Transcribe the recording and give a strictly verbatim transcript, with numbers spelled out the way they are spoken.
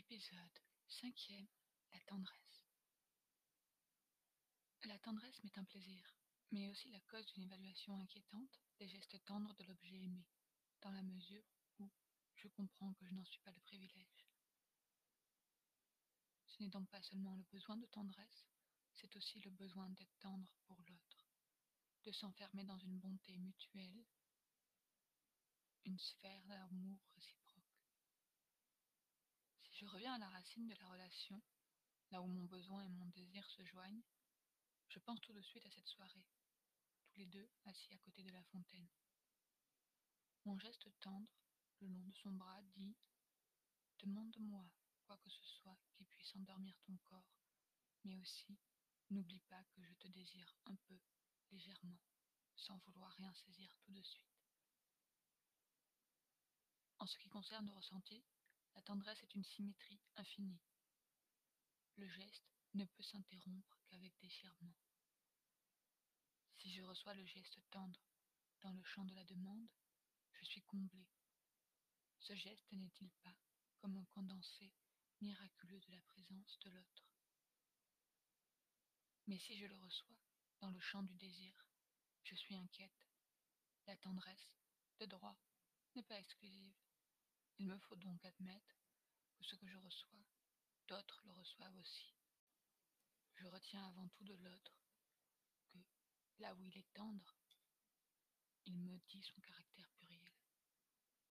Épisode cinquième. La tendresse. La tendresse m'est un plaisir, mais aussi la cause d'une évaluation inquiétante des gestes tendres de l'objet aimé, dans la mesure où je comprends que je n'en suis pas le privilège. Ce n'est donc pas seulement le besoin de tendresse, c'est aussi le besoin d'être tendre pour l'autre, de s'enfermer dans une bonté mutuelle, une sphère d'amour réciproque. Si je reviens à la racine de la relation, là où mon besoin et mon désir se joignent, je pense tout de suite à cette soirée, tous les deux assis à côté de la fontaine. Mon geste tendre, le long de son bras, dit « Demande-moi quoi que ce soit qui puisse endormir ton corps, mais aussi n'oublie pas que je te désire un peu, légèrement, sans vouloir rien saisir tout de suite. » En ce qui concerne le ressenti, la tendresse est une symétrie infinie. Le geste ne peut s'interrompre qu'avec déchirement. Si je reçois le geste tendre dans le champ de la demande, je suis comblé. Ce geste n'est-il pas comme un condensé miraculeux de la présence de l'autre? Mais si je le reçois dans le champ du désir, je suis inquiète. La tendresse, de droit, n'est pas exclusive. Il me faut donc admettre que ce que je reçois, d'autres le reçoivent aussi. Je retiens avant tout de l'autre que, là où il est tendre, il me dit son caractère purifié.